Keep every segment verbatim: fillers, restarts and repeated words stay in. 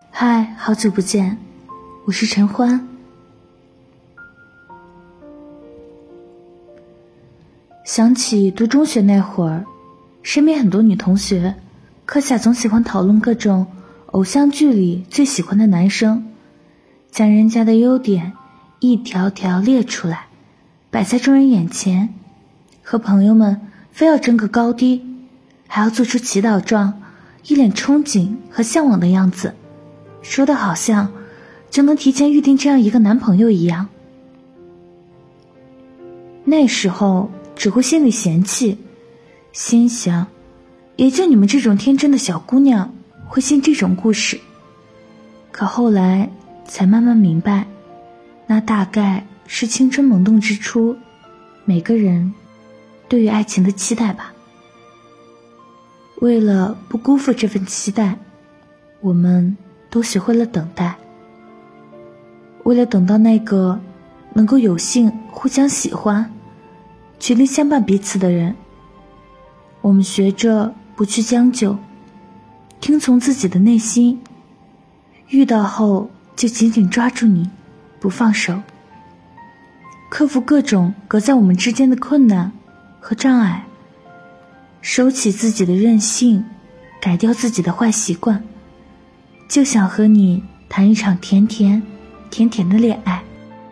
嗨，好久不见，我是陈欢。想起读中学那会儿，身边很多女同学，课下总喜欢讨论各种偶像剧里最喜欢的男生，将人家的优点一条条列出来，摆在众人眼前，和朋友们非要争个高低，还要做出祈祷状，一脸憧憬和向往的样子，说得好像就能提前预定这样一个男朋友一样。那时候只会心里嫌弃，心想也就你们这种天真的小姑娘会信这种故事。可后来才慢慢明白，那大概是青春萌动之初每个人对于爱情的期待吧。为了不辜负这份期待，我们都学会了等待。为了等到那个能够有幸互相喜欢，决定相伴彼此的人，我们学着不去将就，听从自己的内心，遇到后就紧紧抓住你，不放手，克服各种隔在我们之间的困难和障碍，收起自己的任性，改掉自己的坏习惯，就想和你谈一场甜甜甜甜的恋爱。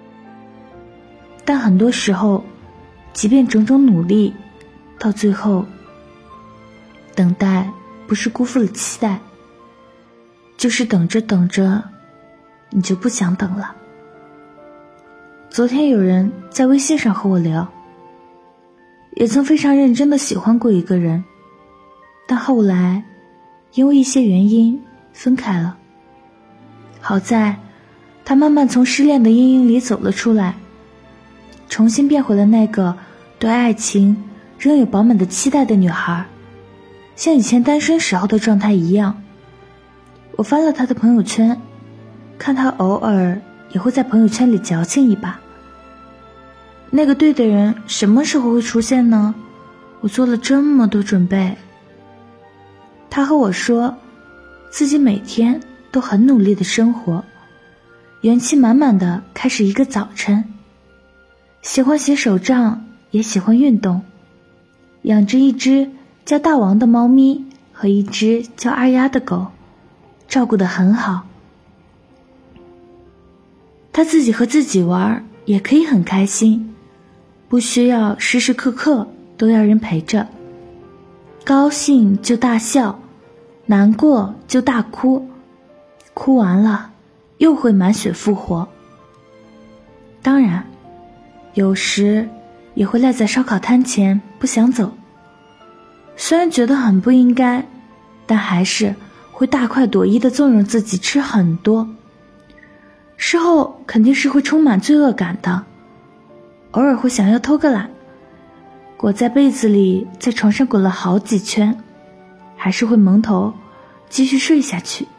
但很多时候，即便种种努力，到最后，等待不是辜负了期待，就是等着等着，你就不想等了。昨天有人在微信上和我聊，也曾非常认真地喜欢过一个人，但后来因为一些原因分开了。好在他慢慢从失恋的阴影里走了出来，重新变回了那个对爱情仍有饱满的期待的女孩，像以前单身时候的状态一样。我翻了他的朋友圈，看他偶尔也会在朋友圈里矫情一把。那个对的人什么时候会出现呢？我做了这么多准备。他和我说，自己每天都很努力的生活，元气满满的开始一个早晨，喜欢写手账，也喜欢运动，养着一只叫大王的猫咪和一只叫二丫的狗，照顾得很好。他自己和自己玩也可以很开心，不需要时时刻刻都要人陪着，高兴就大笑，难过就大哭，哭完了又会满血复活。当然有时也会赖在烧烤摊前不想走，虽然觉得很不应该，但还是会大快朵颐地纵容自己吃很多，事后肯定是会充满罪恶感的，偶尔会想要偷个懒，裹在被子里在床上滚了好几圈，还是会蒙头继续睡下去。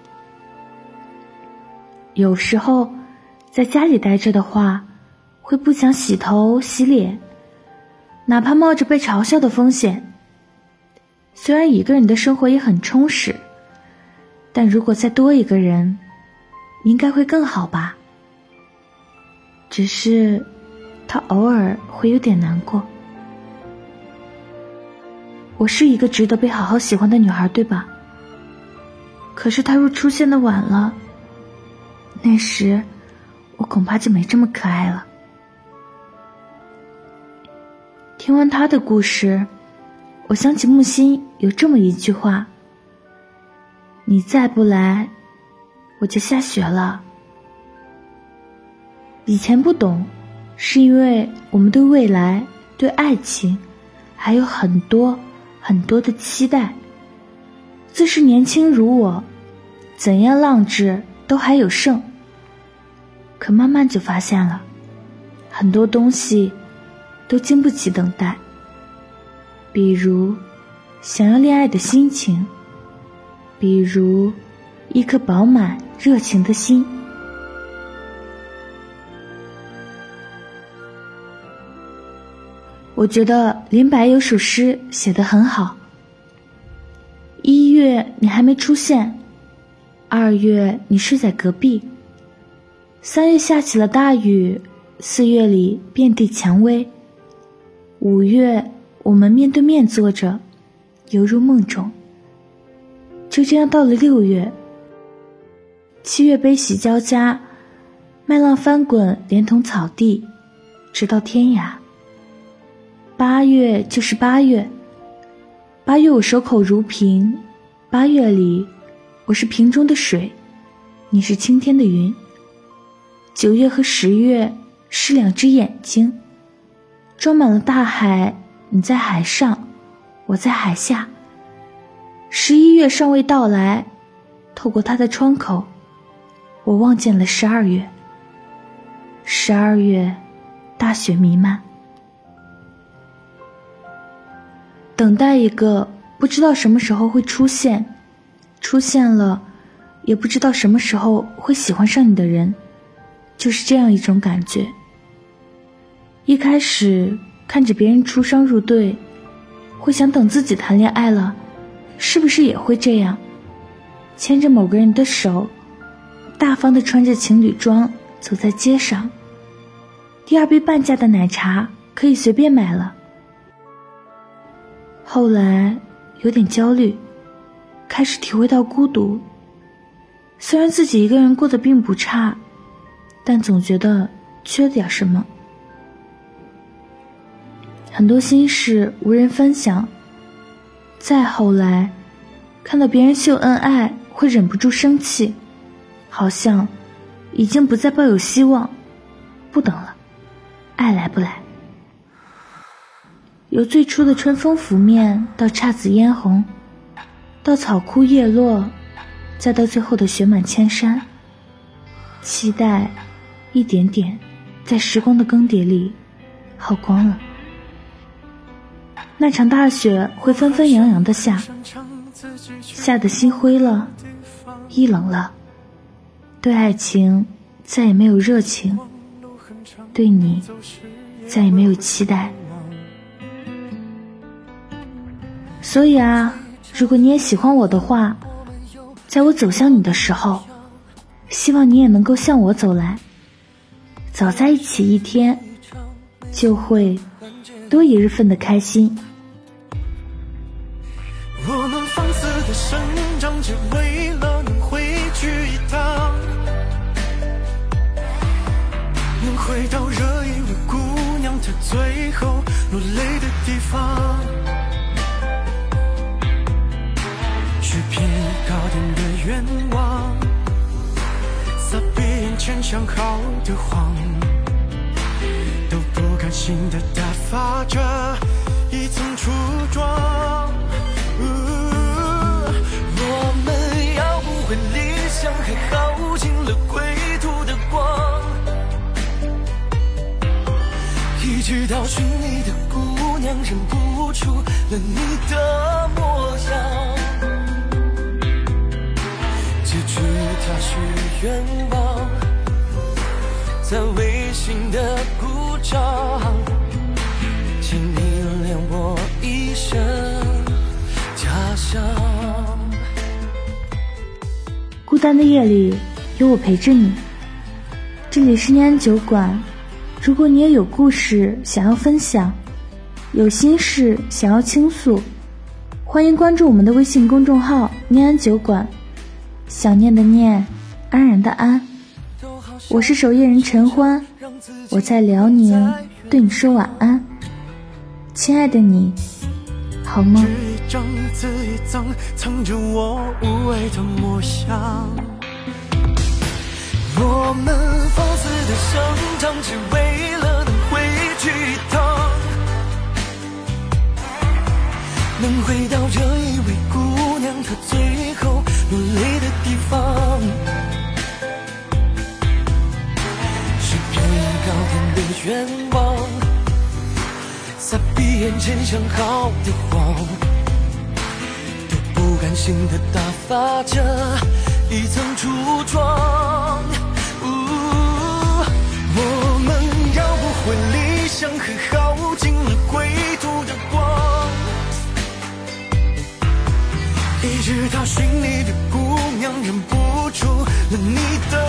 有时候在家里待着的话，会不想洗头洗脸，哪怕冒着被嘲笑的风险。虽然一个人的生活也很充实，但如果再多一个人，应该会更好吧。只是他偶尔会有点难过。我是一个值得被好好喜欢的女孩，对吧？可是他若出现的晚了，那时我恐怕就没这么可爱了。听完他的故事，我想起木心有这么一句话，你再不来，我就下雪了。以前不懂，是因为我们对未来、对爱情还有很多很多的期待。自是年轻如我，怎样浪掷都还有剩。可慢慢就发现了，很多东西都经不起等待，比如想要恋爱的心情，比如一颗饱满热情的心。我觉得林白有首诗写得很好，一月你还没出现， 二月你睡在隔壁，三月下起了大雨，四月里遍地蔷薇，五月我们面对面坐着，犹如梦中。就这样到了六月，七月悲喜交加，麦浪翻滚，连同草地，直到天涯。八月就是八月，八月我守口如瓶，八月里我是瓶中的水，你是青天的云。九月和十月是两只眼睛，装满了大海，你在海上，我在海下。十一月尚未到来，透过它的窗口，我望见了十二月。十二月，大雪弥漫。等待一个不知道什么时候会出现，出现了也不知道什么时候会喜欢上你的人，就是这样一种感觉。一开始看着别人出双入对，会想等自己谈恋爱了，是不是也会这样，牵着某个人的手，大方地穿着情侣装走在街上，第二杯半价的奶茶可以随便买了。后来有点焦虑，开始体会到孤独，虽然自己一个人过得并不差，但总觉得缺点什么。很多心事无人分享，再后来看到别人秀恩爱会忍不住生气，好像已经不再抱有希望，不等了，爱来不来。由最初的春风拂面，到姹紫嫣红，到草枯叶落，再到最后的雪满千山，期待一点点在时光的更迭里耗光了。那场大雪会纷纷扬扬地下，下得心灰了，意冷了，对爱情再也没有热情，对你再也没有期待。所以啊，如果你也喜欢我的话，在我走向你的时候，希望你也能够向我走来，早在一起一天，就会多一日份的开心。 我们放肆的生长，只为了能回去一趟，能回到这一位姑娘她最后落泪的地方，许片高点的愿望，撒遍眼前想好的谎，都不甘心的打发着一层初妆。我们要不回理想，还耗尽了归途的光，一直到寻你的姑娘认不出了你的模样，寄去她许愿望，在微信的鼓掌，请你谅我一生家乡。 孤单的夜里有我陪着你，这里是念安酒馆，如果你也有故事想要分享，有心事想要倾诉，欢迎关注我们的微信公众号念安酒馆，想念的念，安然的安。我是守夜人陈欢，我在辽宁对你说晚安，亲爱的你，好梦。 一张字一张藏着我无畏的模样，我们放肆的生长，只为了能回去一趟，能回到这一位姑娘她最后落泪的地方，是片高点的愿望，撒闭眼前想好的谎，都不甘心的打发着一层初妆。我们要不回理想，和耗尽了归途的光，一直到寻你的姑娘忍不出了你的